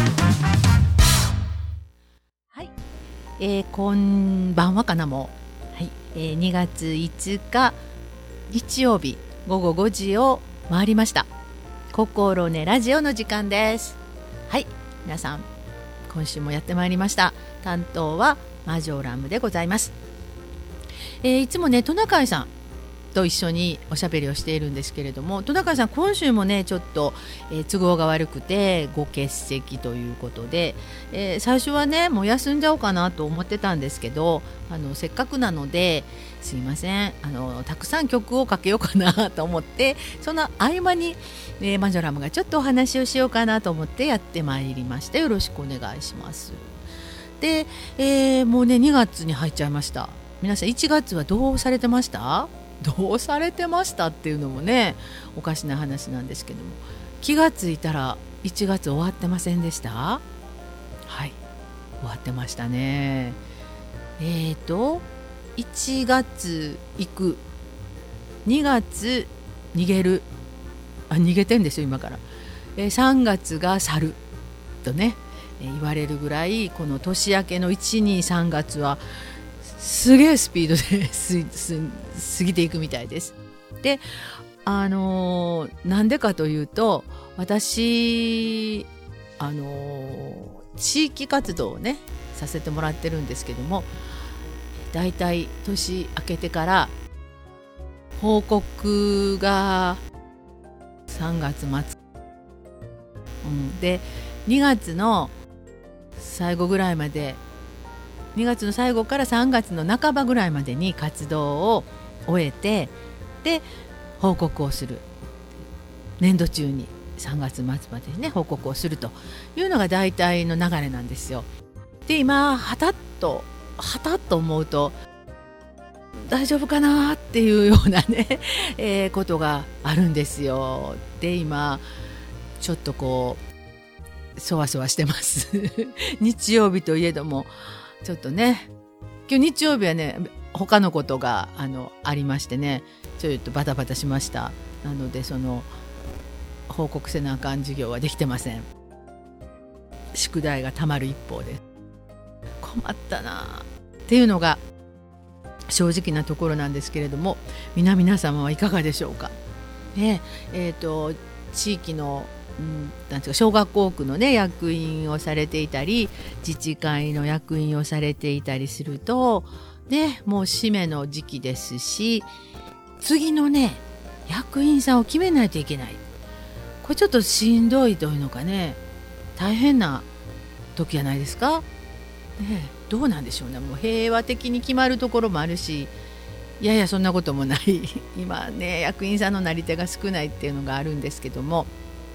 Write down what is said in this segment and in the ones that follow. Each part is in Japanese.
はい、こんばんはかなもう、はい、2月5日日曜日午後5時を回りました。心ねラジオの時間です。はい、皆さん今週もやってまいりました。担当はマジョラムでございます。いつもねトナカイさんと一緒におしゃべりをしているんですけれども、トナカイさん今週もねちょっと、都合が悪くてご欠席ということで、最初はねもう休んじゃおうかなと思ってたんですけど、せっかくなのですいませんたくさん曲をかけようかなと思って、その合間に、マジョラムがちょっとお話をしようかなと思ってやってまいりました。よろしくお願いします。で、もうね2月に入っちゃいました。皆さん1月はどうされてました？どうされてましたっていうのもねおかしな話なんですけども、気がついたら1月終わってませんでした？はい、終わってましたね。1月行く、2月逃げる、逃げてんですよ今から、3月が去るとね、言われるぐらいこの年明けの1、2、3月はすげえスピードで過ぎていくみたいです。で、なんでかというと、私地域活動をねさせてもらってるんですけども、だいたい年明けてから報告が3月末、で2月の最後ぐらいまで、2月の最後から3月の半ばぐらいまでに活動を終えて、で報告をする、年度中に3月末までにね報告をするというのが大体の流れなんですよ。で今はたっと思うと大丈夫かなっていうようなね、ことがあるんですよ。で今ちょっとこうそわそわしてます日曜日といえどもちょっとね、今日日曜日はね他のことがありましてね、ちょっとバタバタしました。なのでその報告せなあかん授業はできてません。宿題がたまる一方で困ったなっていうのが正直なところなんですけれども、皆様はいかがでしょうか。ね、地域のなんていうか小学校区のね役員をされていたり、自治会の役員をされていたりするとね、もう締めの時期ですし、次のね役員さんを決めないといけない。これちょっとしんどいというのかね、大変な時じゃないですか。ね、どうなんでしょうね。もう平和的に決まるところもあるし、いやいやそんなこともない今ね役員さんのなり手が少ないっていうのがあるんですけども、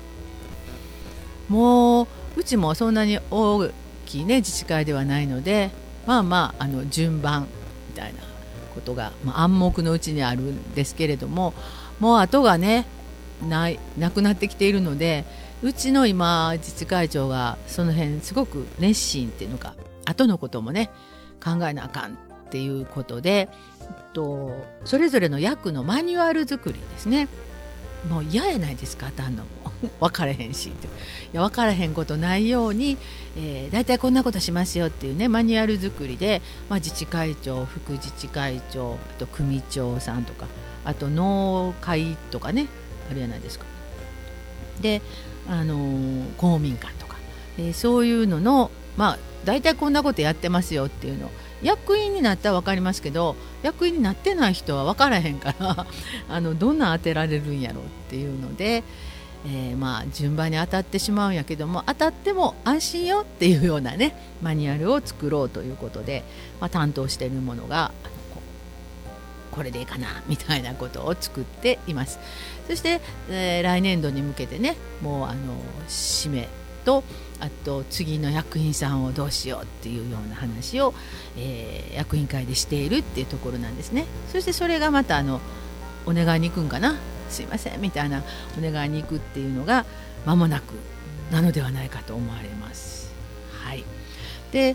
もううちもそんなに大きいね自治会ではないので、まあ順番みたいなことが、暗黙のうちにあるんですけれども、もう後がねなくなってきているので、うちの今自治会長がその辺すごく熱心っていうのか、後のこともね考えなあかんっていうことで、それぞれの役のマニュアル作りですね。もう嫌やないですか、当たんのも分からへんし、いや分からへんことないように、だいたいこんなことしますよっていうねマニュアル作りで、自治会長、副自治会長、あと組長さんとか、あと農会とかねあるじゃないですか。で公民館とか、そういうののだいたいこんなことやってますよっていうの、役員になったら分かりますけど、役員になってない人は分からへんからどんな当てられるんやろうっていうので、順番に当たってしまうんやけども、当たっても安心よっていうようなねマニュアルを作ろうということで、担当しているものがこれでいいかなみたいなことを作っています。そして、来年度に向けてね、もう締めと、あと次の役員さんをどうしようっていうような話を、役員会でしているっていうところなんですね。そしてそれがまたお願いに行くんかな、すいませんみたいなお願いに行くっていうのが間もなくなのではないかと思われます。はい。で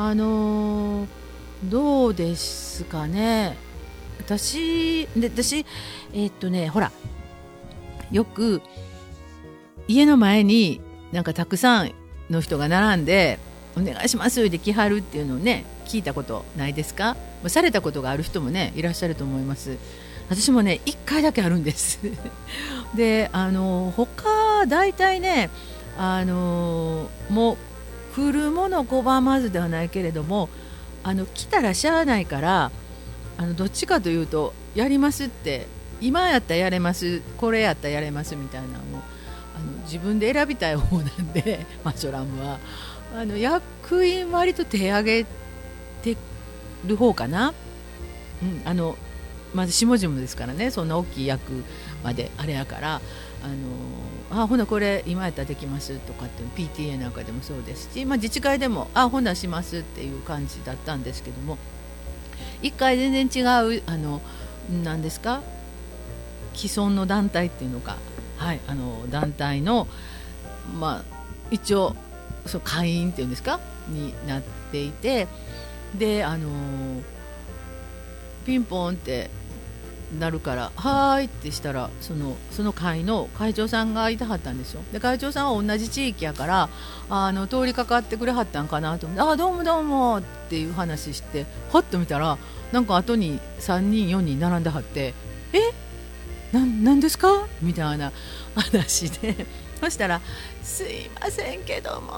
どうですかね。私ほらよく家の前になんかたくさんの人が並んでお願いしますって来はるっていうのをね聞いたことないですか？されたことがある人もねいらっしゃると思います。私もね1回だけあるんですで他だいたいねもう来るもの拒まずではないけれども来たらしゃあないからどっちかというとやりますって今やったらやれますこれやったらやれますみたいなのを自分で選びたい方なんでマジョラムは役員割と手挙げてる方かな、まず下々ですからねそんな大きい役まであれやからほなこれ今やったらできますとかって PTA なんかでもそうですし、自治会でもほなしますっていう感じだったんですけども一回全然違う何ですか既存の団体っていうのか、団体の一応そう会員っていうんですかになっていてでピンポンってなるからはーいってしたらその会の会長さんがいてはったんですよ。で会長さんは同じ地域やから通りかかってくれはったんかなと思ってどうもどうもっていう話してはっと見たらなんか後に3人4人並んではってなんですかみたいな話でそしたらすいませんけども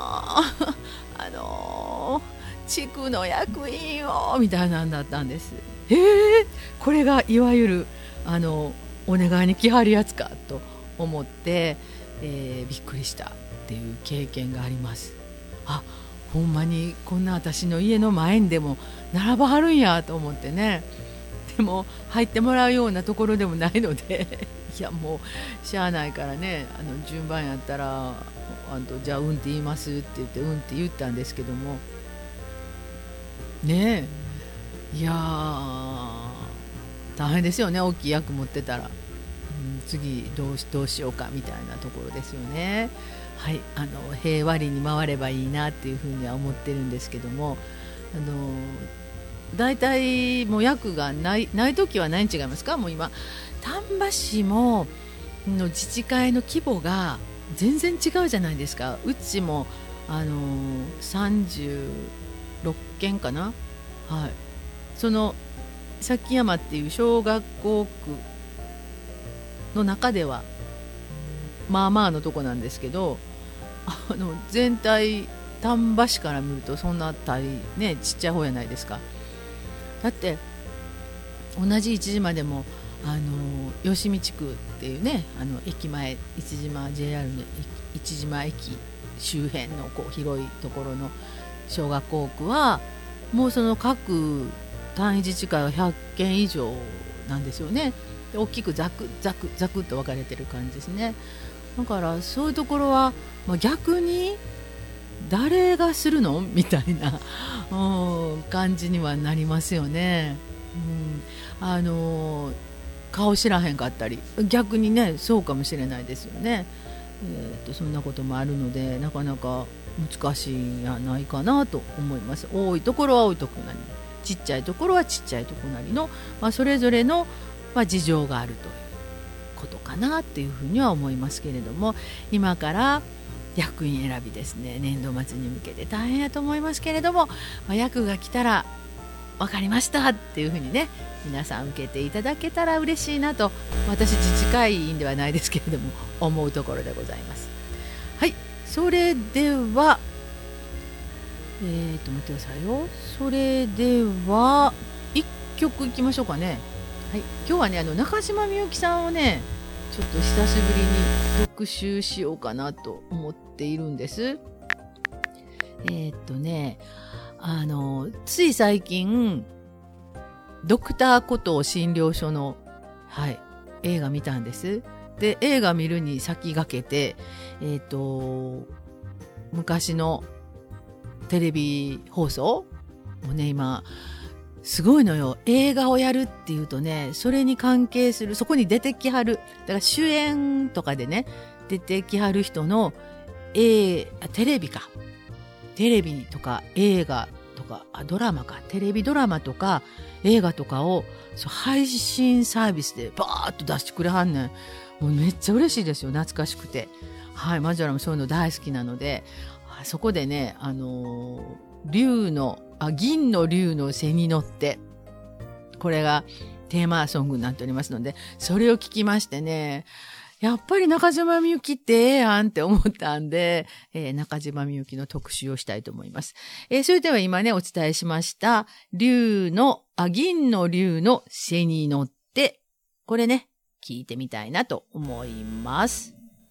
地区の役員をみたいなんだったんです。これがいわゆるお願いに来はるやつかと思って、びっくりしたっていう経験があります。ほんまにこんな私の家の前にでも並ばはるんやと思ってね。でも入ってもらうようなところでもないのでいやもうしゃあないからね順番やったらじゃあって言いますって言ってって言ったんですけどもねいや大変ですよね大きい役持ってたら、次どうしようかみたいなところですよね。平和裏に回ればいいなっていうふうには思ってるんですけどもだいたいもう役がない時は何違いますか？もう今丹波市もの自治会の規模が全然違うじゃないですか。うちも36件かな、その崎山っていう小学校区の中ではまあまあのとこなんですけど全体丹波市から見るとそんなねちっちゃい方じゃないですか。だって同じ市島でも吉見地区っていうね駅前市島 JR の市島駅周辺の広いところの小学校区はもうその各単位自治会は100件以上なんですよね。で大きくザクザクザクっと分かれてる感じですね。だからそういうところは、逆に誰がするのみたいな、感じにはなりますよね。顔知らへんかったり逆にねそうかもしれないですよね。そんなこともあるのでなかなか難しいんじゃないかなと思います。多いところは多いところなりちっちゃいところはちっちゃいところなりの、それぞれの、事情があるということかなっていうふうには思いますけれども今から役員選びですね年度末に向けて大変やと思いますけれども、役が来たら分かりましたっていうふうにね皆さん受けていただけたら嬉しいなと私自治会員ではないですけれども思うところでございます。それでは待ってくださいよ。それでは1曲いきましょうかね。今日はね中島みゆきさんをねちょっと久しぶりに特集しようかなと思っているんです。つい最近ドクターコトー診療所の、映画見たんです。で映画見るに先駆けて昔のテレビ放送もね今すごいのよ。映画をやるっていうとねそれに関係するそこに出てきはるだから主演とかでね出てきはる人のテレビとか映画とかドラマかテレビドラマとか映画とかを配信サービスでバーッと出してくれはんねん。もうめっちゃ嬉しいですよ。懐かしくてマジョラもそういうの大好きなのでそこでね、銀の竜の背に乗って、これがテーマソングになっておりますので、それを聞きましてね、やっぱり中島みゆきってええやんって思ったんで、中島みゆきの特集をしたいと思います。それでは今ね、お伝えしました、銀の竜の背に乗って、これね、聞いてみたいなと思います。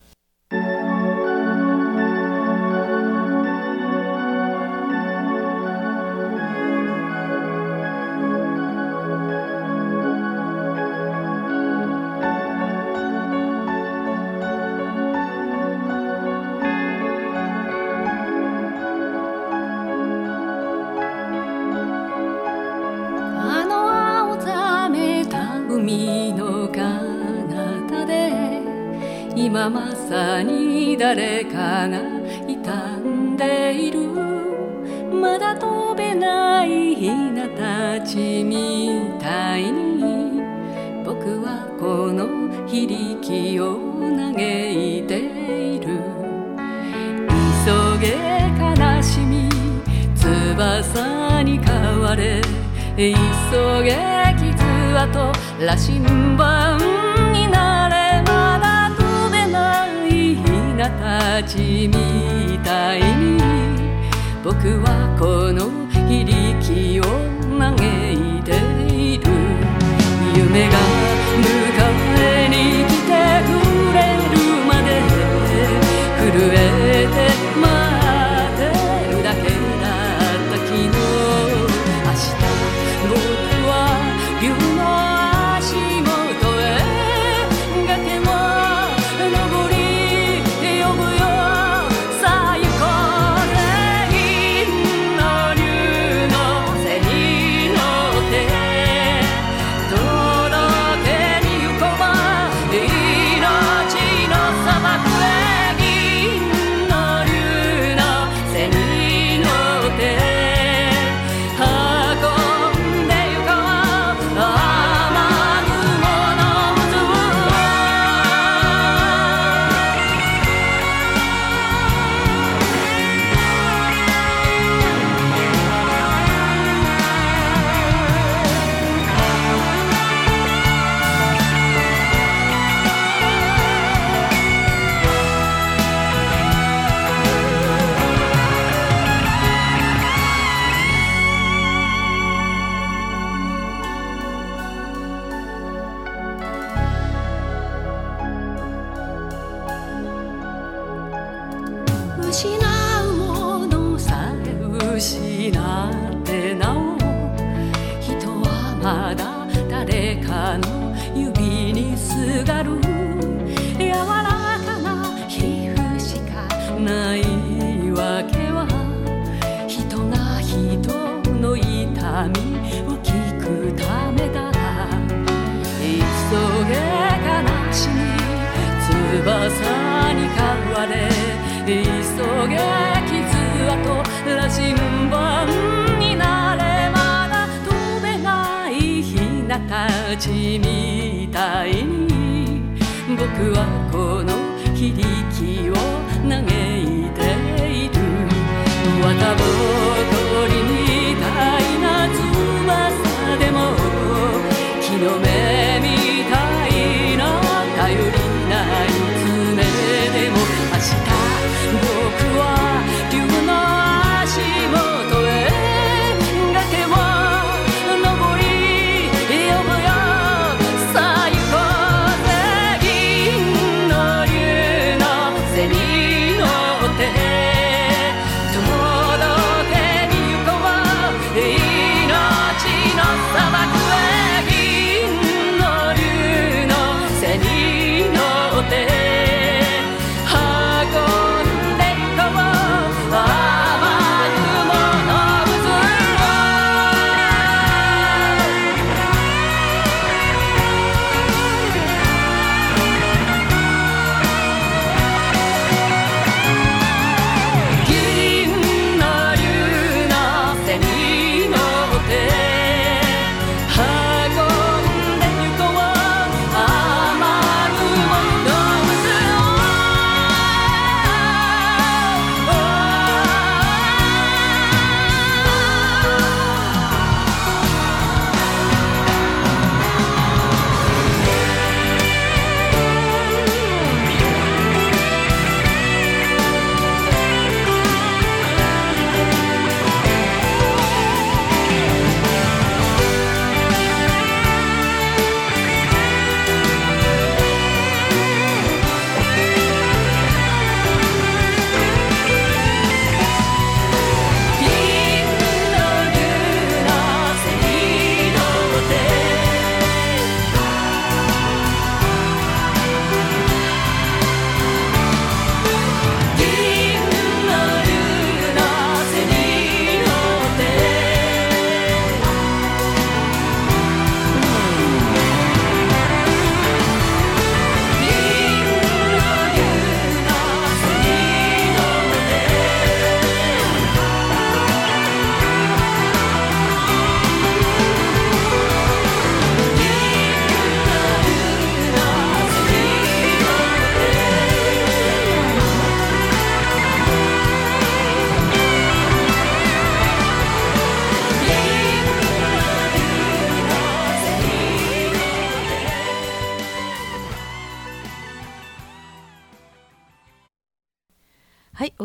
今まさに誰かが傷んでいる、まだ飛べないヒナたちみたいに、僕はこの非力を嘆いている。急げ悲しみ翼に変われ、急げ傷跡羅針盤になれ、ひなたちみたいに、僕はこの非力を嘆いている。夢が迎えに来てくれるまで震えて待ってるだけだった昨日。明日僕は竜の足元へ崖も登り失うものさえ失ってなお、人はまだ誰かの指にすがる。柔らかな皮膚しかないわけは、人が人の痛みを聞くためだ。急げ悲しみ翼に変われ、急げ傷跡羅針盤になれ、まだ飛べないひなたちみたいに、僕はこの非力を嘆いている。綿ぼこりみたいな翼でも、木の芽みたいな頼りない爪でも、明日僕は竜の足元へ崖を登り呼ぶよ。さあ行こうぜ、銀の竜の背に乗って、届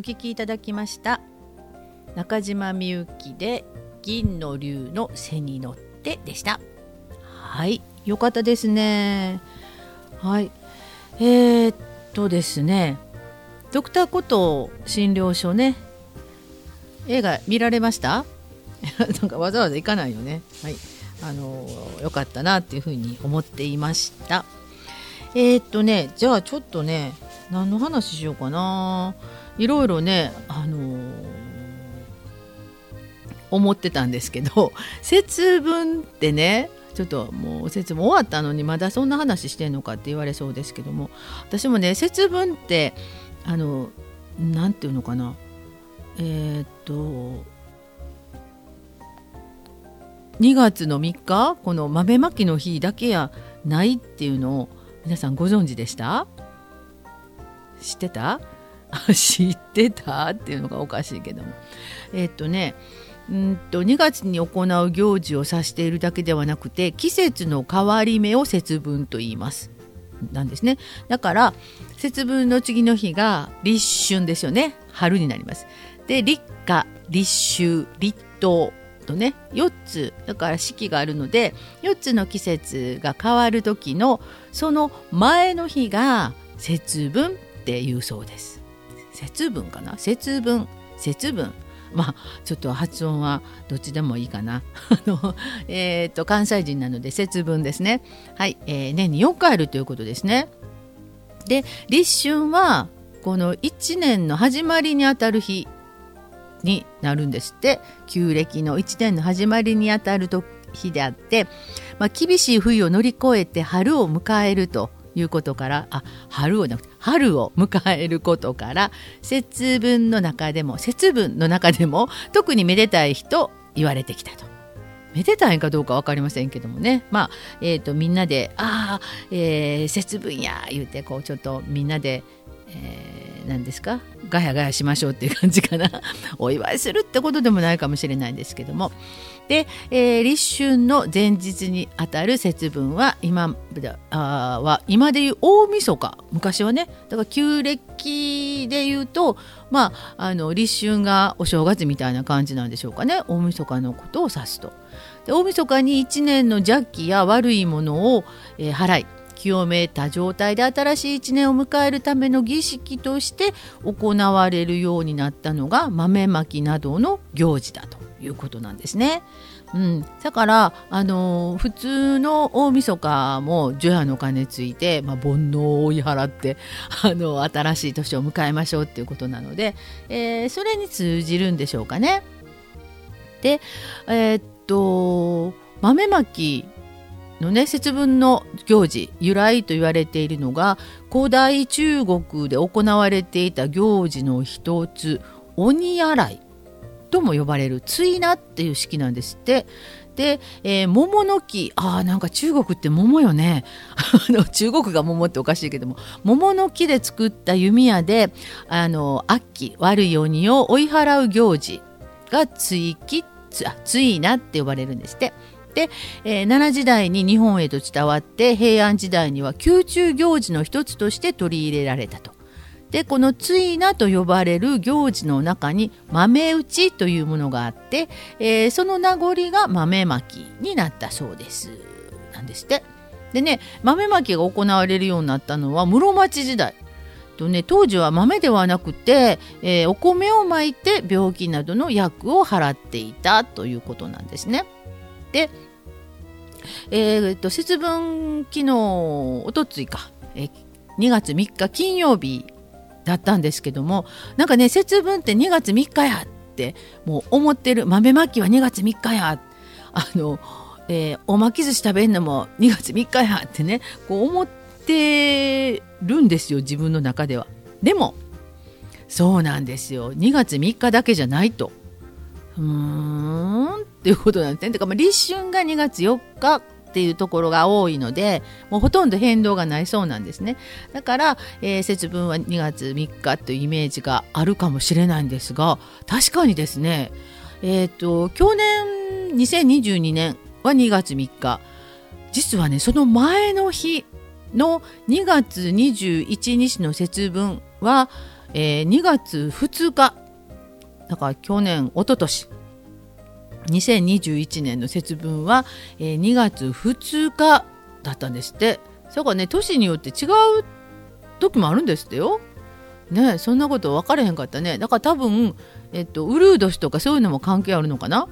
聴きいただきました中島みゆきで銀の竜の背に乗ってでした。はい、よかったですね。はい、ですね、ドクターコトー診療所ね、映画見られました？なんかわざわざ行かないよね。はい、よかったなっていうふうに思っていました。じゃあちょっとね、何の話しようかな。いろいろね、思ってたんですけど、節分ってね、ちょっともう節分終わったのにまだそんな話してんのかって言われそうですけども、私もね、節分ってなんていうのかな、2月の3日この豆まきの日だけやないっていうのを皆さんご存知でした？知ってた？知ってたっていうのがおかしいけども、2月に行う行事を指しているだけではなくて、季節の変わり目を節分と言いますなんですね。だから節分の次の日が立春ですよね。春になります。で、立夏、立秋、立冬とね、4つだから四季があるので、4つの季節が変わる時のその前の日が節分っていうそうです。節分かな、節分、まあちょっと発音はどっちでもいいかな。関西人なので節分ですね。はい、年に4回あるということですね。で、立春はこの1年の始まりにあたる日になるんですって。旧暦の1年の始まりにあたる日であって、厳しい冬を乗り越えて春を迎えるということから、春を迎えることから、節分の中でも特にめでたい日と言われてきたと。めでたいかどうか分かりませんけどもね、みんなで節分や言うて、こうちょっとみんなで、何ですか、ガヤガヤしましょうっていう感じかな。お祝いするってことでもないかもしれないんですけども、で、立春の前日にあたる節分は今でいう大晦日、昔はね、だから旧暦でいうと、立春がお正月みたいな感じなんでしょうかね。大晦日のことを指すと。で、大晦日に1年の邪気や悪いものを、払い清めた状態で新しい1年を迎えるための儀式として行われるようになったのが豆まきなどの行事だということなんですね。だから、普通の大晦日も除夜の鐘ついて、煩悩を追い払って新しい年を迎えましょうっていうことなので、それに通じるんでしょうかね。で、豆まきのね、節分の行事由来と言われているのが、古代中国で行われていた行事の一つ、鬼洗いとも呼ばれる追菜っていう式なんですって。で、桃の木、なんか中国って桃よね。中国が桃っておかしいけども、桃の木で作った弓矢で悪鬼、悪い鬼を追い払う行事が追菜って呼ばれるんですって。で、奈良時代に日本へと伝わって、平安時代には宮中行事の一つとして取り入れられたと。で、この追菜と呼ばれる行事の中に豆打ちというものがあって、その名残が豆まきになったそうですなんですって。でね、豆まきが行われるようになったのは室町時代とね、当時は豆ではなくて、お米をまいて病気などの厄を払っていたということなんですね。で、節分昨日おとついか、2月3日金曜日だったんですけども、なんかね、節分って2月3日やってもう思ってる。豆まきは2月3日や、おまき寿司食べるのも2月3日やってね、こう思ってるんですよ、自分の中では。でもそうなんですよ、2月3日だけじゃないと。っていうことなんですね。だから立春が2月4日っていうところが多いので、もうほとんど変動がないそうなんですね。だから、節分は2月3日というイメージがあるかもしれないんですが、確かにですね、去年2022年は2月3日、実はね、その前の日の2月21日の節分は 2月2日だから去年一昨年2021年の節分は、2月2日だったんですって。そこね年によって違う時もあるんですってよ。ね、そんなこと分からへんかったね。だから多分、ウルー年とかそういうのも関係あるのかな。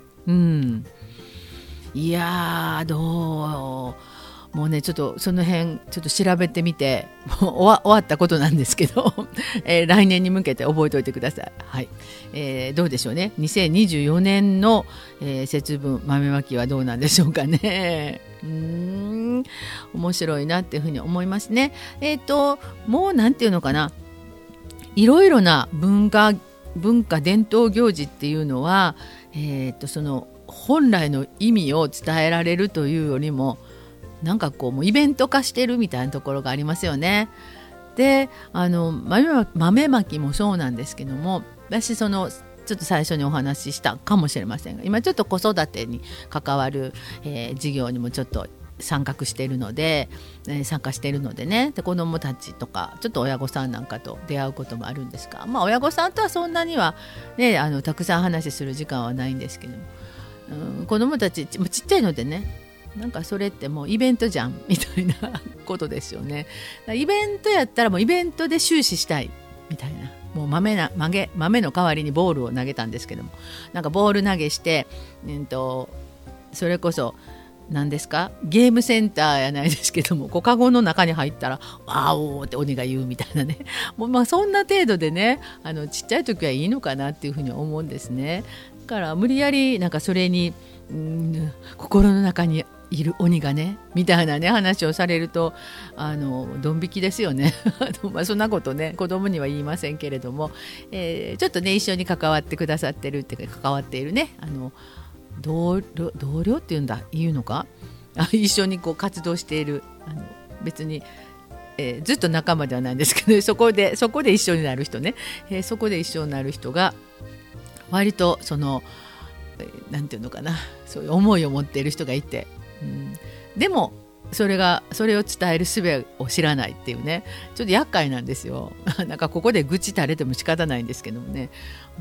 いやどうもうねちょっとその辺ちょっと調べてみてもう終わったことなんですけど、来年に向けて覚えておいてください。はい、どうでしょうね。2024年の、節分豆まきはどうなんでしょうかね。面白いなっていうふうに思いますね。もうなんていうのかな、いろいろな文化伝統行事っていうのは、その本来の意味を伝えられるというよりもなんかこうもうイベント化してるみたいなところがありますよね。で豆まきもそうなんですけども、私ちょっと最初にお話ししたかもしれませんが、今ちょっと子育てに関わる、事業にもちょっと参加しているのでね。で子どもたちとかちょっと親御さんなんかと出会うこともあるんですが、親御さんとはそんなには、ね、たくさん話する時間はないんですけども、子どもたちちっちゃいのでね、なんかそれってもうイベントじゃんみたいなことですよね。イベントやったらもうイベントで終始したいみたいな、もう豆の代わりにボールを投げたんですけども、なんかボール投げして、それこそ何ですか、ゲームセンターやないですけども、カゴの中に入ったらワオーって鬼が言うみたいなね、もうそんな程度でね、ちっちゃい時はいいのかなっていうふうに思うんですね。だから無理やりなんかそれに心の中にいる鬼がねみたいなね話をされるとドン引きですよね。そんなことね子供には言いませんけれども、ちょっとね一緒に関わってくださってるっていうか関わっているね同僚っていうのか一緒にこう活動している別に、ずっと仲間ではないんですけど、そこで一緒になる人ね、そこで一緒になる人が割となんていうのかな、そういう思いを持っている人がいて、でもそれを伝える術を知らないっていうね、ちょっと厄介なんですよ。なんかここで愚痴垂れても仕方ないんですけどもね、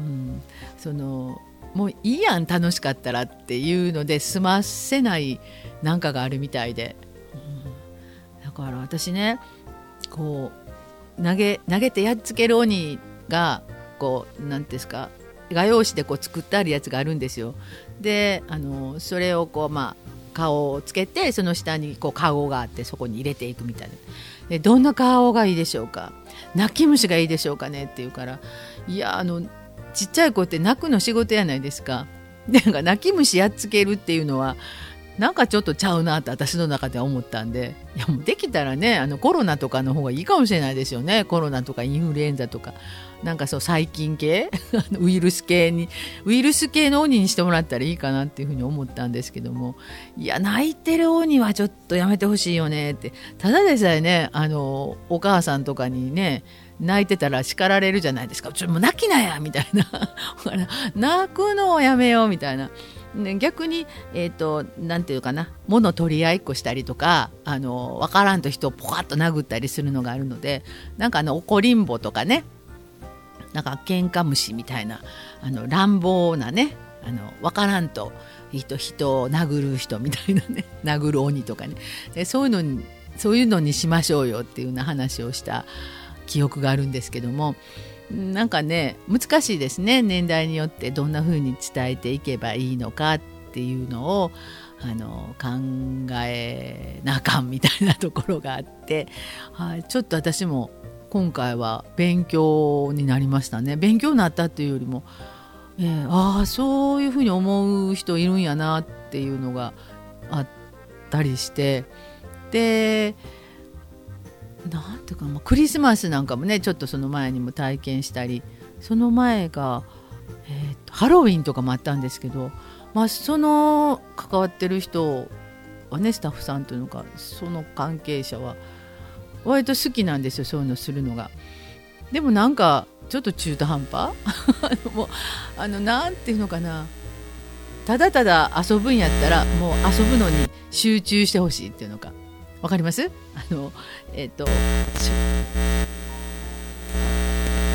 もういいやん楽しかったらっていうので済ませないなんかがあるみたいで、だから私ねこう投げてやっつける鬼がこうなんですか画用紙でこう作ってあるやつがあるんですよ。でそれをこう顔をつけてその下にこう顔があってそこに入れていくみたいな。でどんな顔がいいでしょうか、泣き虫がいいでしょうかねって言うから、いやちっちゃい子って泣くの仕事やないですか。なんか泣き虫やっつけるっていうのはなんかちょっとちゃうなって私の中では思ったんで、いやもうできたらねコロナとかの方がいいかもしれないですよね。コロナとかインフルエンザとかなんか細菌系ウイルス系の鬼にしてもらったらいいかなっていうふうに思ったんですけども、いや泣いてる鬼はちょっとやめてほしいよねって。ただでさえねお母さんとかにね泣いてたら叱られるじゃないですか。もう泣きなやみたいな泣くのをやめようみたいな。逆に、なんていうかな、物取り合いっこしたりとか分からんと人をポカッと殴ったりするのがあるので、なんか怒りんぼとかね、なんか喧嘩虫みたいな乱暴なね分からんと人を殴る人みたいなね殴る鬼とかね、でそういうのにしましょうよっていうような話をした記憶があるんですけども、なんかね難しいですね。年代によってどんな風に伝えていけばいいのかっていうのを考えなあかんみたいなところがあって、ちょっと私も今回は勉強になりましたね。勉強になったっていうよりも、そういう風に思う人いるんやなっていうのがあったりして、でなんていうか、クリスマスなんかもねちょっとその前にも体験したり、その前が、ハロウィンとかもあったんですけど、その関わってる人はねスタッフさんというのかその関係者は割と好きなんですよ、そういうのするのが。でもなんかちょっと中途半端もうなんていうのかな、ただただ遊ぶんやったらもう遊ぶのに集中してほしいっていうのか、わかります？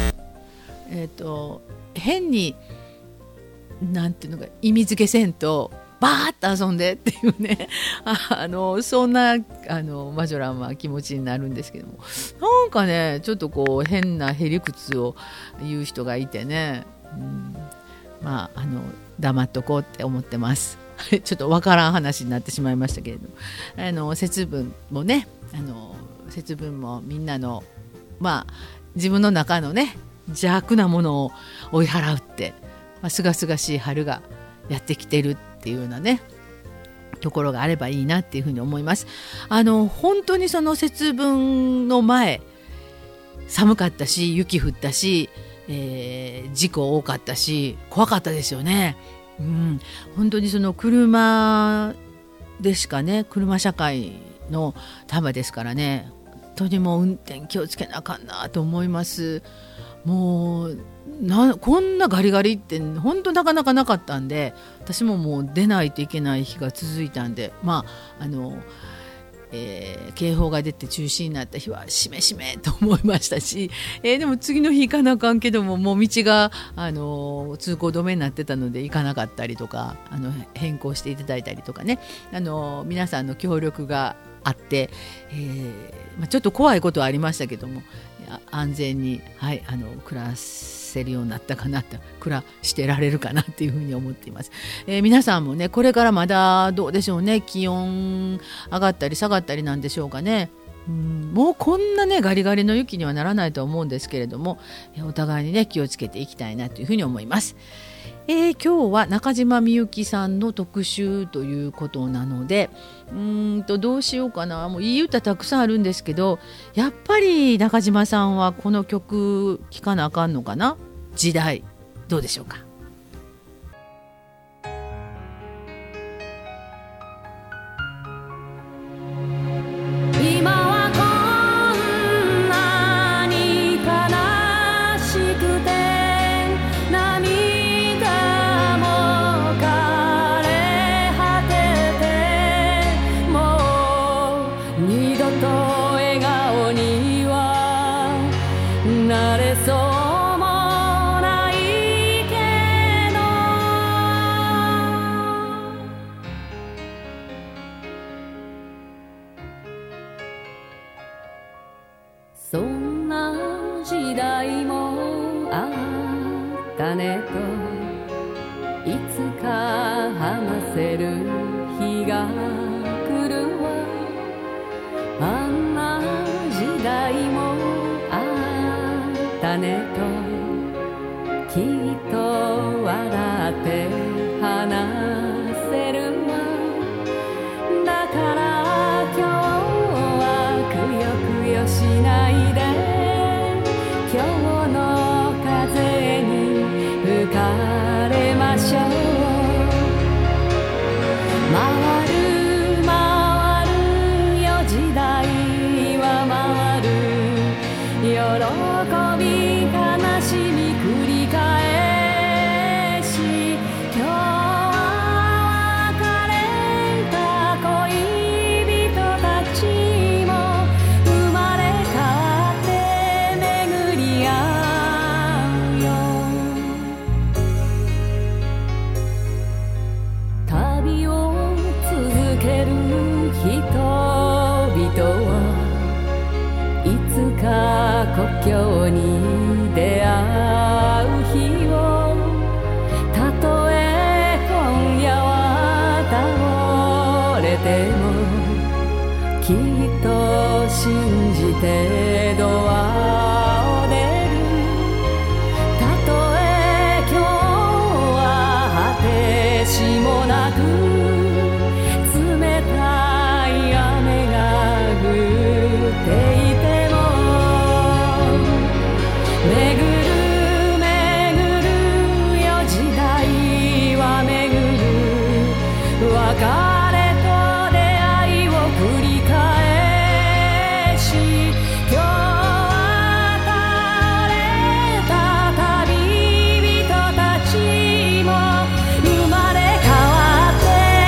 変になんていうのか意味付けせんとバーッと遊んでっていうねそんなマジョランは気持ちになるんですけども、なんかねちょっとこう変なへりくつを言う人がいてね、まあ黙っとこうって思ってますちょっとわからん話になってしまいましたけれど、節分もね節分もみんなの自分の中のね邪悪なものを追い払うって、すがすがしい春がやってきてるっていうようなねところがあればいいなっていうふうに思います。本当にその節分の前寒かったし雪降ったし、事故多かったし怖かったですよね。本当にその車でしかね、車社会の束ですからね、本当にもう運転気をつけなあかんなと思います。もうこんなガリガリって本当なかなかなかったんで、私ももう出ないといけない日が続いたんで、警報が出て中止になった日はしめしめと思いましたし、でも次の日行かなあかんけども、もう道が通行止めになってたので行かなかったりとか、変更していただいたりとかね、皆さんの協力があって、ちょっと怖いことはありましたけども安全に、暮らせるようになったかなと、暮らしてられるかなっていうふうに思っています。皆さんもねこれからまだどうでしょうね、気温上がったり下がったりなんでしょうかね。もうこんなねガリガリの雪にはならないと思うんですけれども、お互いにね気をつけていきたいなというふうに思います。今日は中島みゆきさんの特集ということなので、どうしようかな。もういい歌たくさんあるんですけど、やっぱり中島さんはこの曲聴かなあかんのかな。時代どうでしょうか。 今はこんなに悲しくて涙も枯れ果てて、もう二度と笑顔にはなれそうそんな時代もあったねと、いつか話せる日が来るわ。あんな時代もあったねと、きっと笑って話せるわ。だから今日はくよくよしないで、今日の風に吹かれましょう。回る回るよ時代は回る、喜び悲しみ繰り返し、今日は別れた恋人たちも生まれ変わって巡り合うよ。旅を続ける人々はいつか故郷に出会う日を、たとえ今夜は倒れてもきっと信じてドアを出る。たとえ今日は果てしもなく冷たい雨が降っていても、巡る巡るよ時代は巡る。別れと出会いを繰り返し、今日は倒れた旅人たちも生まれ変わって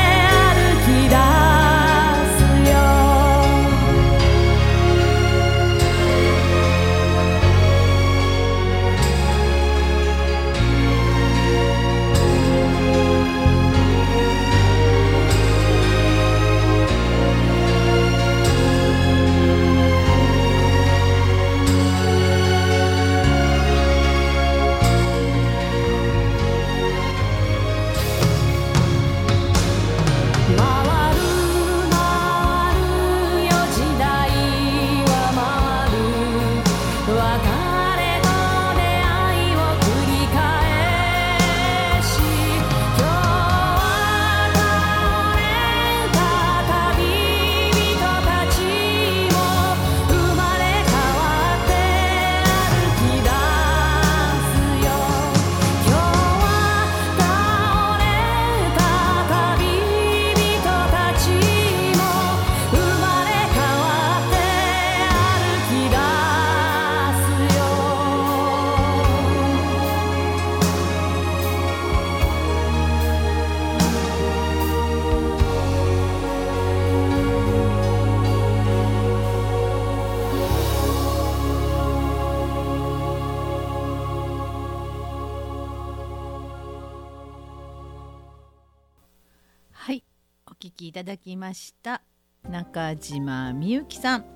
お聴きいただきました中島みゆきさん。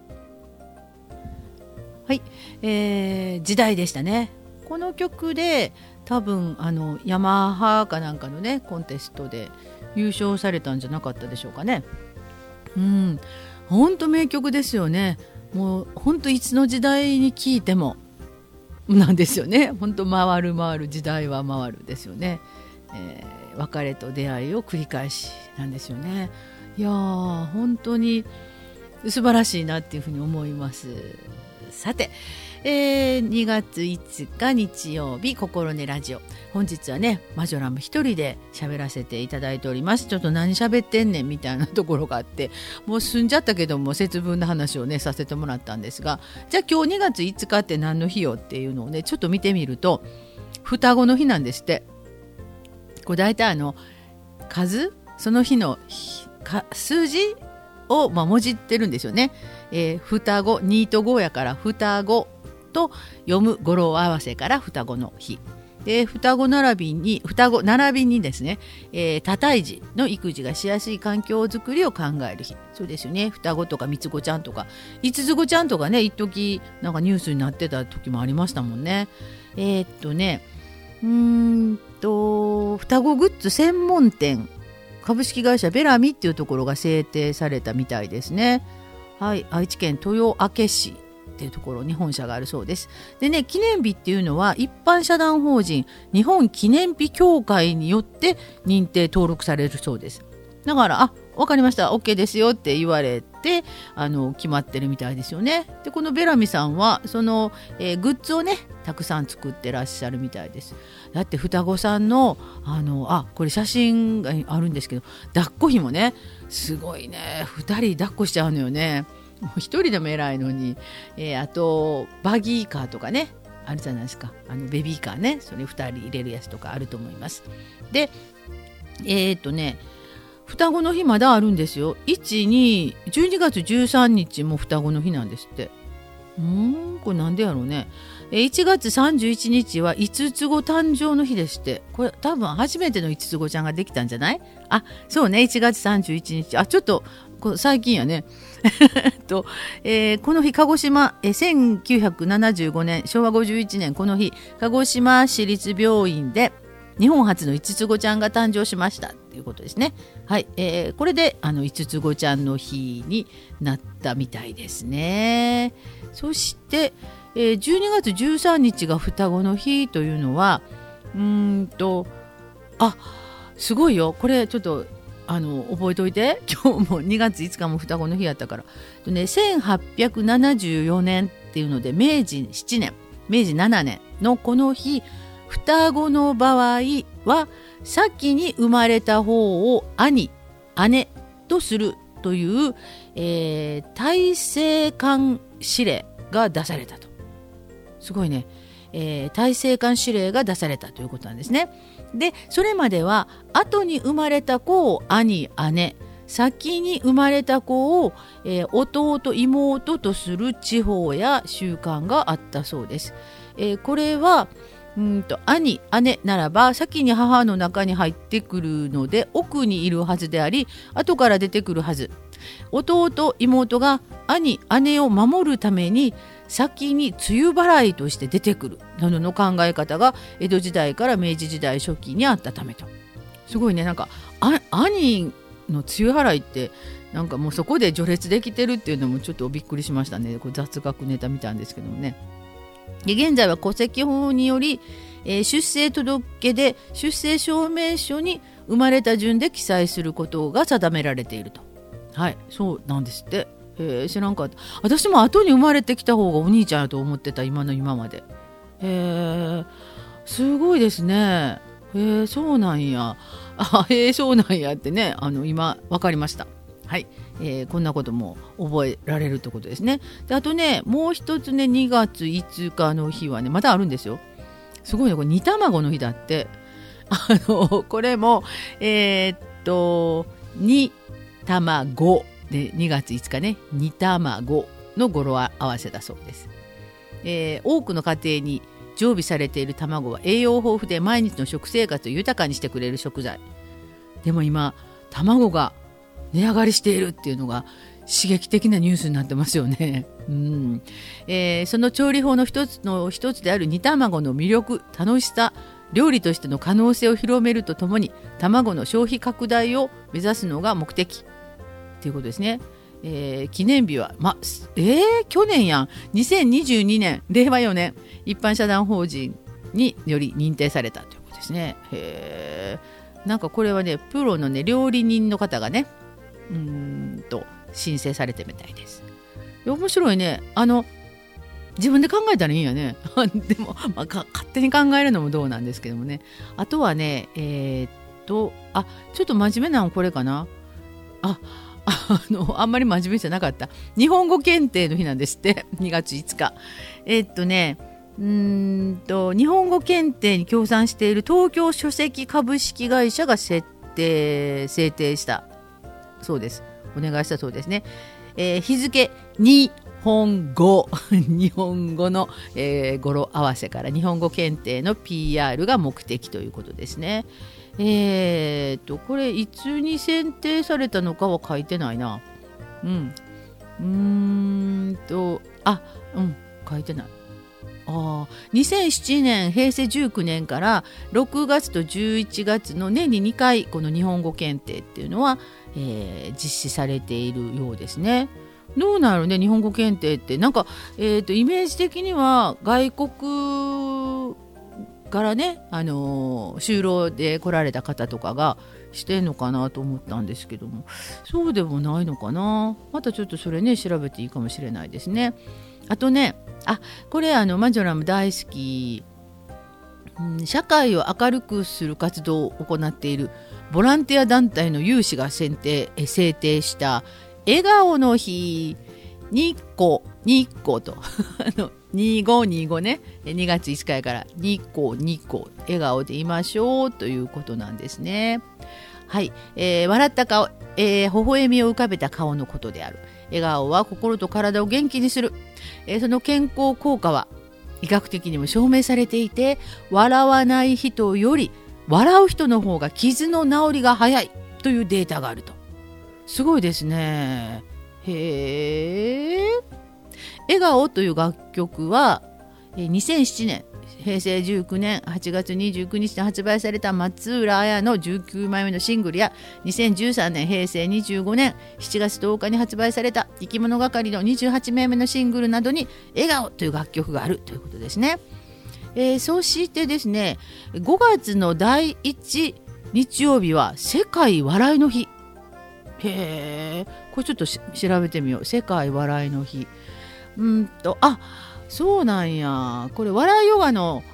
はい、時代でしたね。この曲で多分ヤマハかなんかのねコンテストで優勝されたんじゃなかったでしょうかね。本当名曲ですよね。もう本当いつの時代に聴いてもなんですよね。本当回る回る時代は回るですよね。別れと出会いを繰り返しなんですよね。いやー本当に素晴らしいなっていうふうに思います。さて、2月5日日曜日心根ラジオ、本日はねマジョラム一人で喋らせていただいております。ちょっと何喋ってんねんみたいなところがあって、もう済んじゃったけども節分の話をねさせてもらったんですが、じゃあ今日2月5日って何の日よっていうのをねちょっと見てみると双子の日なんですって。これ大体数その日の数字をもじってるんですよね。双子2と5やから双子と読む語呂合わせから双子の日で、双子並びにですね、多胎児の育児がしやすい環境づくりを考える日。そうですよね。双子とか三つ子ちゃんとか五つ子ちゃんとかね、一時なんかニュースになってた時もありましたもんね。双子グッズ専門店株式会社ベラミっていうところが制定されたみたいですね。はい、愛知県豊明市っていうところに本社があるそうです。でね、記念日っていうのは一般社団法人日本記念日協会によって認定登録されるそうです。だから分かりました OK ですよって言われて決まってるみたいですよね。でこのベラミさんはその、グッズをねたくさん作ってらっしゃるみたいです。だって双子さんのこれ写真があるんですけど、抱っこひもねすごいね、2人抱っこしちゃうのよね。もう1人でも偉いのに、あとバギーカーとかねあるじゃないですか。ベビーカーね、それ2人入れるやつとかあると思います。で双子の日まだあるんですよ。12月13日も双子の日なんですって。これなんでやろうね。1月31日は五つ子誕生の日でして、これ多分初めての五つ子ちゃんができたんじゃない？そうね、1月31日ちょっと最近やねこの日鹿児島1975年昭和51年この日鹿児島市立病院で日本初の五つ子ちゃんが誕生しましたということですね。はい、これで五つ子ちゃんの日になったみたいですね。そして、12月13日が双子の日というのはすごいよ。これちょっと覚えておいて。今日も2月5日も双子の日やったから、1874年っていうので明治7年のこの日、双子の場合は先に生まれた方を兄姉とするという、大政官指令が出されたと。すごいね、大政官指令が出されたということなんですね。でそれまでは後に生まれた子を兄姉、先に生まれた子を、弟妹とする地方や習慣があったそうです。これは兄姉ならば先に母の中に入ってくるので奥にいるはずであり後から出てくるはず。弟妹が兄姉を守るために先に梅雨払いとして出てくるなどの考え方が江戸時代から明治時代初期にあったためと。すごいね。なんか兄の梅雨払いってなんかもうそこで序列できてるっていうのもちょっとびっくりしましたね。これ雑学ネタ見たんですけどもね。で現在は戸籍法により、出生届で出生証明書に生まれた順で記載することが定められていると。はい、そうなんですって。知らんかった。私も後に生まれてきた方がお兄ちゃんやと思ってた今まで。すごいですね。そうなんや。そうなんやってね今分かりました。はい、こんなことも覚えられるってことですね。であとねもう一つね2月5日の日はねまだあるんですよ。すごいね。これ煮卵の日だって。これも煮卵で2月5日ね煮卵の語呂合わせだそうです。多くの家庭に常備されている卵は栄養豊富で毎日の食生活を豊かにしてくれる食材。でも今卵が値上がりしているっていうのが刺激的なニュースになってますよね。その調理法の一つである煮卵の魅力、楽しさ、料理としての可能性を広めるとともに卵の消費拡大を目指すのが目的ということですね。記念日は、去年やん、2022年令和4年一般社団法人により認定されたということですね。なんかこれはね、プロのね料理人の方がね申請されてみたいです。面白いね。自分で考えたらいいんやね。でも、勝手に考えるのもどうなんですけどもね。あとはねちょっと真面目なのこれかな。あんまり真面目じゃなかった。日本語検定の日なんですって2月5日。日本語検定に協賛している東京書籍株式会社が制定したそうです。お願いしたそうですね。日付日本語の、語呂合わせから日本語検定の PR が目的ということですね。これいつに選定されたのかは書いてないな。書いてない。2007年平成19年から6月と11月の年に2回この日本語検定っていうのは、実施されているようですね。どうなるね、日本語検定ってなんか、イメージ的には外国からね、就労で来られた方とかがしてんのかなと思ったんですけども、そうでもないのかな。またちょっとそれね調べていいかもしれないですね。あとね、これマジョラム大好き、社会を明るくする活動を行っているボランティア団体の有志が制定した笑顔の日日光と2525ね、2月5日やから日光笑顔でいましょうということなんですね。はい、笑った顔、微笑みを浮かべた顔のことである。笑顔は心と体を元気にする。その健康効果は医学的にも証明されていて、笑わない人より笑う人の方が傷の治りが早いというデータがあると。すごいですね。笑顔という楽曲は2007年平成19年8月29日に発売された松浦綾の19枚目のシングルや、2013年平成25年7月10日に発売された生き物係の28枚目のシングルなどに笑顔という楽曲があるということですね。そしてですね、5月の第1日曜日は世界笑いの日。これちょっと調べてみよう。世界笑いの日。そうなんや。これ笑いヨガの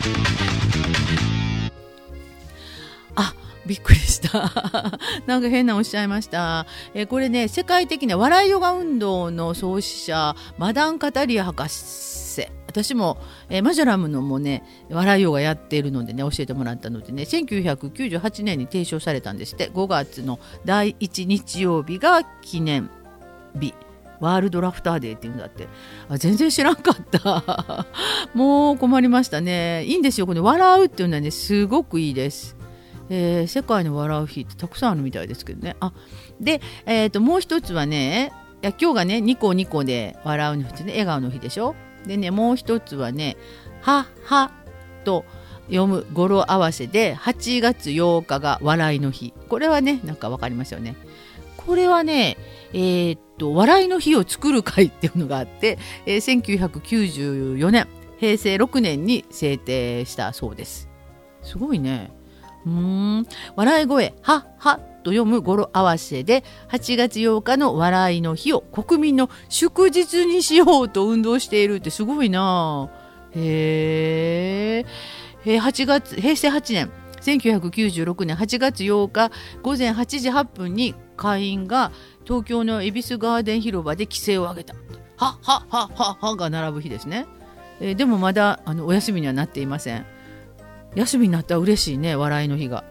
びっくりしたなんか変なおっしゃいました。これね、世界的な笑いヨガ運動の創始者マダン・カタリア博士、私も、マジャラムのもね笑いヨガやっているのでね教えてもらったのでね、1998年に提唱されたんですって。5月の第1日曜日が記念日、ワールドラフターデーっていうんだって。全然知らんかったもう困りましたね。いいんですよ、この笑うっていうのはねすごくいいです。世界の笑う日ってたくさんあるみたいですけどね。で、もう一つはね、今日がねニコニコで笑うの日ね、笑顔の日でしょ。でね、もう一つはねははと読む語呂合わせで8月8日が笑いの日。これはねなんかわかりますよね。これはね笑いの日を作る会っていうのがあって、1994年平成6年に制定したそうです。すごいね。笑い声ははと読む語呂合わせで8月8日の笑いの日を国民の祝日にしようと運動しているってすごいな。平成8年1996年8月8日午前8時8分に会員が東京の恵比寿ガーデン広場で規制を上げた。はははははが並ぶ日ですね。でもまだお休みにはなっていません。休みになったら嬉しいね、笑いの日が。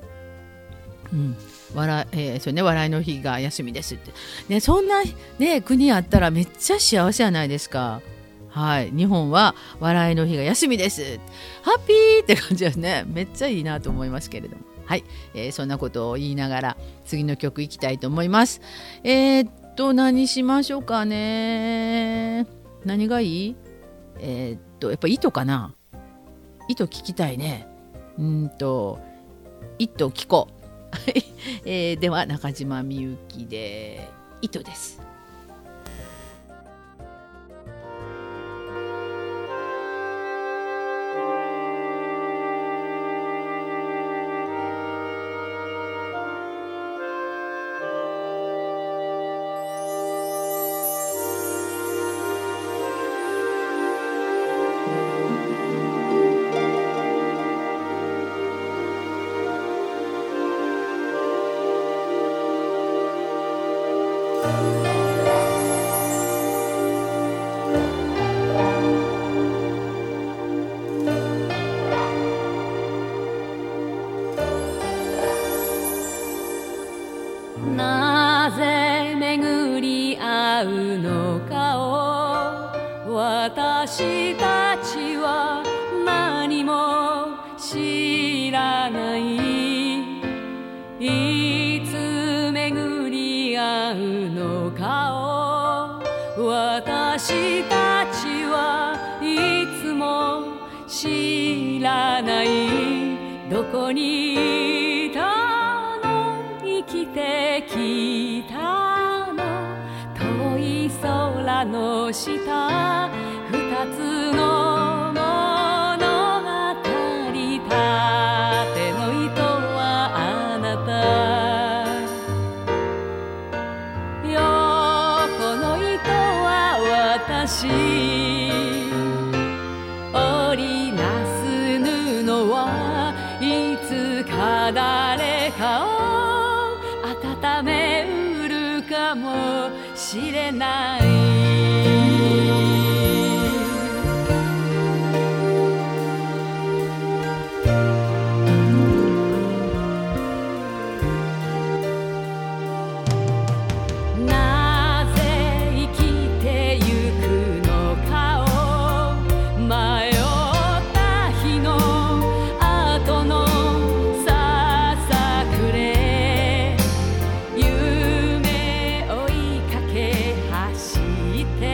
笑いの日が休みですって、ね、そんな、ね、国あったらめっちゃ幸せじゃないですか。はい、日本は笑いの日が休みです、ハッピーって感じですね。めっちゃいいなと思いますけれども。 はい、そんなことを言いながら次の曲いきたいと思います。何しましょうかね。何がいい？やっぱ糸かな。糸聞きたいね。糸聞こう。では中島みゆきで糸です。 なぜ巡り合うのかを私たちは何も知らない。いつ巡り合うのかを私たちはいつも知らない。どこにいたの、生きてきたの、遠い空の下、二つの物語、縦の糸はあなた、横の糸は私、織りなす布はいつか誰かを温めうるかもしれない。なぜ生きてゆくのかを迷った日の後のささくれ、夢追いかけ走って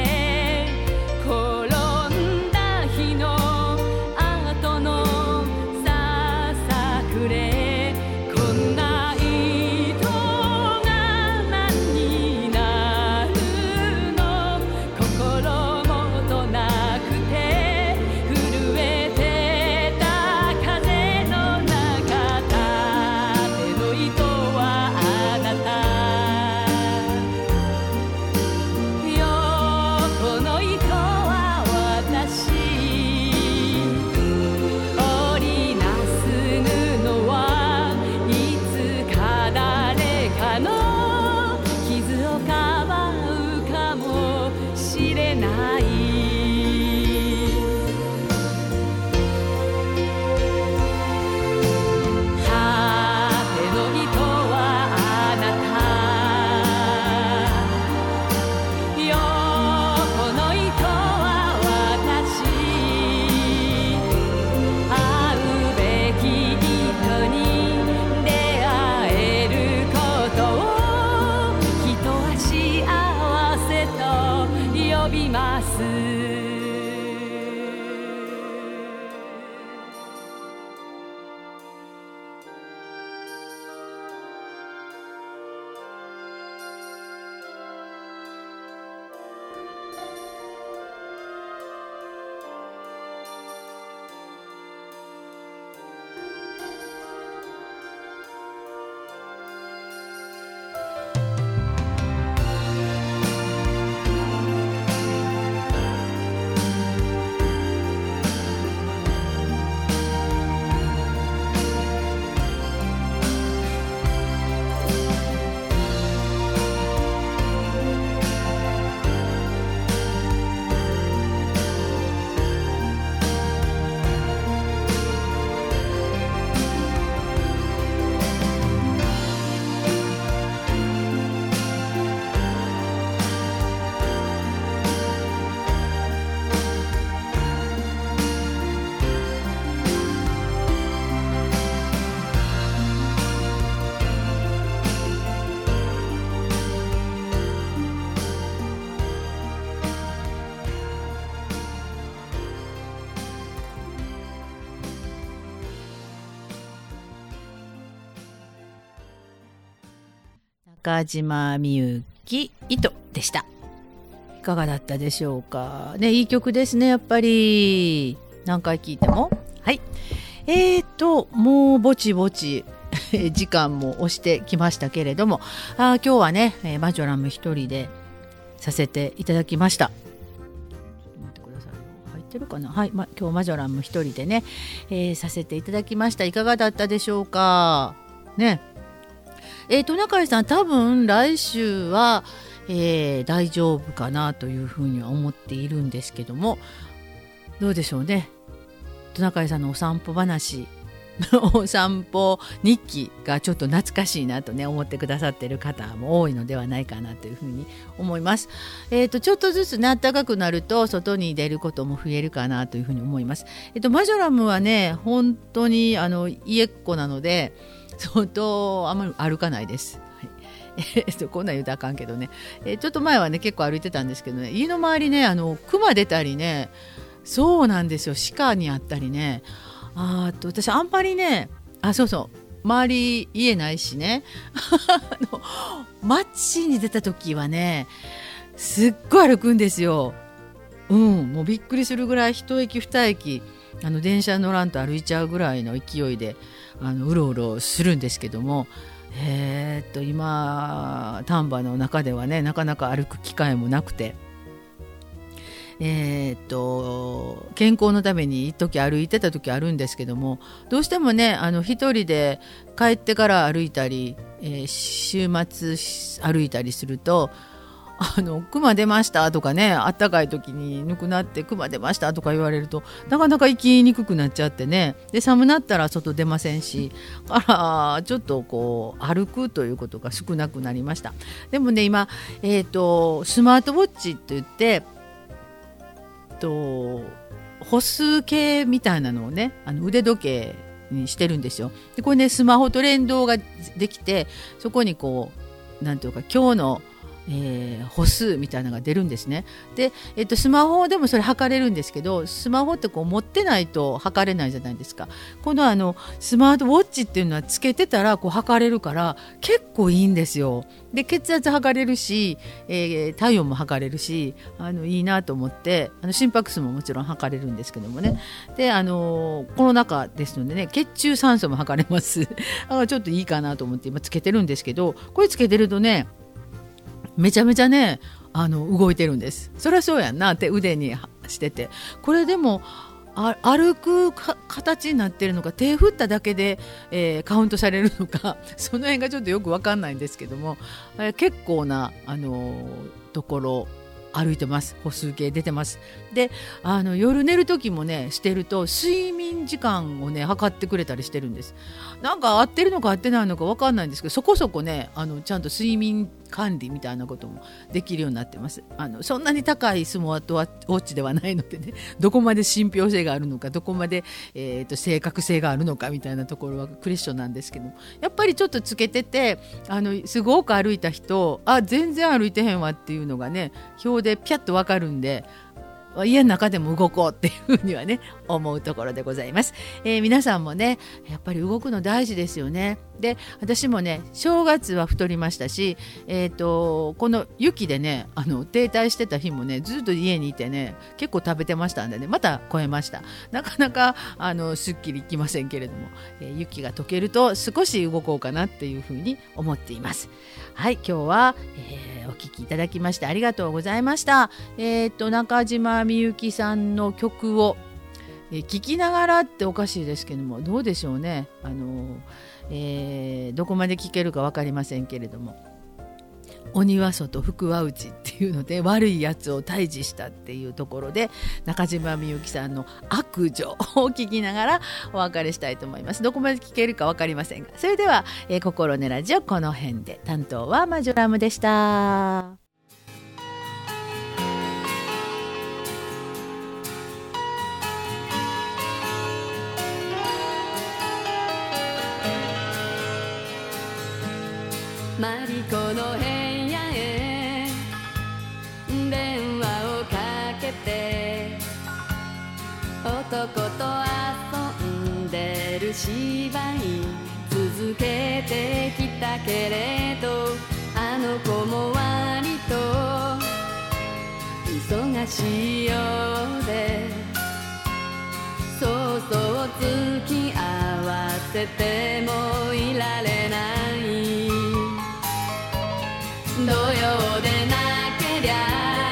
中島みゆき糸でした。いかがだったでしょうかね。いい曲ですね、やっぱり何回聴いても。はい、もうぼちぼち時間も押してきましたけれども、今日はね、マジョラム一人でさせていただきました。待ってください、入ってるかな。はい、今日マジョラム一人でね、させていただきました。いかがだったでしょうかね。中井さん、多分来週は、大丈夫かなというふうには思っているんですけども、どうでしょうね。中井さんのお散歩話お散歩日記がちょっと懐かしいなとね思ってくださっている方も多いのではないかなというふうに思います。ちょっとずつね暖かくなると外に出ることも増えるかなというふうに思います。マジョラムはね本当に家っ子なので外あんまり歩かないです。こんなん言うとあかんけどね、ちょっと前はね結構歩いてたんですけどね、家の周りね熊出たりね、そうなんですよ、鹿にあったりね、私あんまりね周り家ないしね街に出た時はねすっごい歩くんですよ。もうびっくりするぐらい一駅二駅電車乗らんと歩いちゃうぐらいの勢いでうろうろするんですけども、今丹波の中ではねなかなか歩く機会もなくて、健康のために一時歩いてた時あるんですけども、どうしてもね一人で帰ってから歩いたり、週末歩いたりすると熊出ましたとかね、あったかい時にぬくなって熊出ましたとか言われるとなかなか行きにくくなっちゃってね、で寒なったら外出ませんし、ちょっとこう歩くということが少なくなりました。でもね今、スマートウォッチって言って歩数計みたいなのをね腕時計にしてるんですよ。でこれねスマホと連動ができて、そこにこうなんていうか今日の歩数みたいなのが出るんですね。で、スマホでもそれ測れるんですけど、スマホってこう持ってないと測れないじゃないですか。このスマートウォッチっていうのはつけてたらこう測れるから結構いいんですよ。で血圧測れるし、体温も測れるしいいなと思って心拍数ももちろん測れるんですけどもね。でコロナ禍ですのでね血中酸素も測れますちょっといいかなと思って今つけてるんですけど、これつけてるとねめちゃめちゃね動いてるんです。そりゃそうやんなって腕にしてて、これでも歩く形になってるのか手振っただけで、カウントされるのかその辺がちょっとよく分かんないんですけども、結構なところ歩いてます。歩数計出てます。で夜寝る時もねしてると睡眠時間をね測ってくれたりしてるんです。なんか合ってるのか合ってないのか分かんないんですけど、そこそこねちゃんと睡眠管理みたいなこともできるようになってます。そんなに高いスマートウォッチではないのでね、どこまで信憑性があるのかどこまで、正確性があるのかみたいなところはクエスチョンなんですけど、やっぱりちょっとつけててすごく歩いた人全然歩いてへんわっていうのがね表でピャッと分かるんで、家の中でも動こうっていうふうにはね思うところでございます。皆さんもねやっぱり動くの大事ですよね。で私もね正月は太りましたし、この雪でね停滞してた日もねずっと家にいてね結構食べてましたんでねまた超えました。なかなかすっきりいきませんけれども、雪が溶けると少し動こうかなっていうふうに思っています。はい、今日は、お聞きいただきましてありがとうございました。中島みゆきさんの曲を、聞きながらっておかしいですけどもどうでしょうね。どこまで聞けるか分かりませんけれども、鬼は外福は内っていうので悪いやつを退治したっていうところで中島みゆきさんの悪女を聞きながらお別れしたいと思います。どこまで聞けるか分かりませんが、それでは、心根ラジオこの辺で。担当はマジョラムでした。 マリコの部屋へ電話をかけて男と遊んでる芝居続けてきたけれどが潮でそうそう付き合わせてもいられない土曜でなけりゃ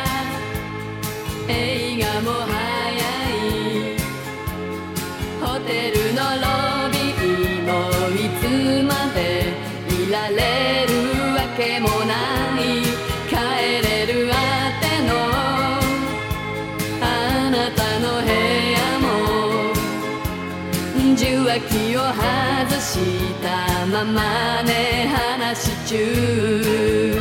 映画も早いホテルのロビーもいつまでいられるわけもない帰れるあてのあなたの部屋も受話器を外したままね話し中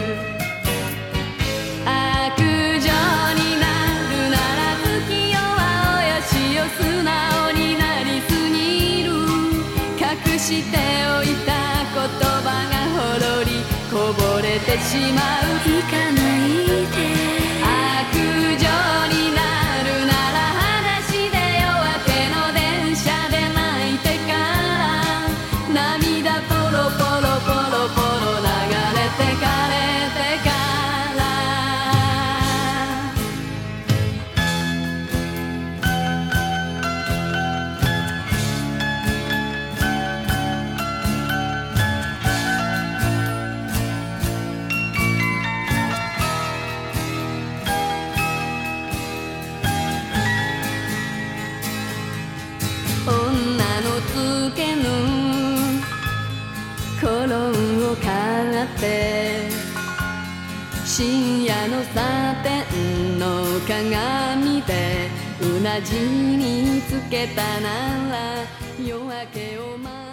悪女になるなら月夜はおよしよ素直になりすぎる隠しておいた言葉がほろりこぼれてしまう行かないで悪女になるなら裸足で夜明けの電車で泣いてから涙ポロポロポロポロ流れてかれてから女のつけぬコロンを買って深夜のサテンの鏡でうなじにつけたなら夜明けを待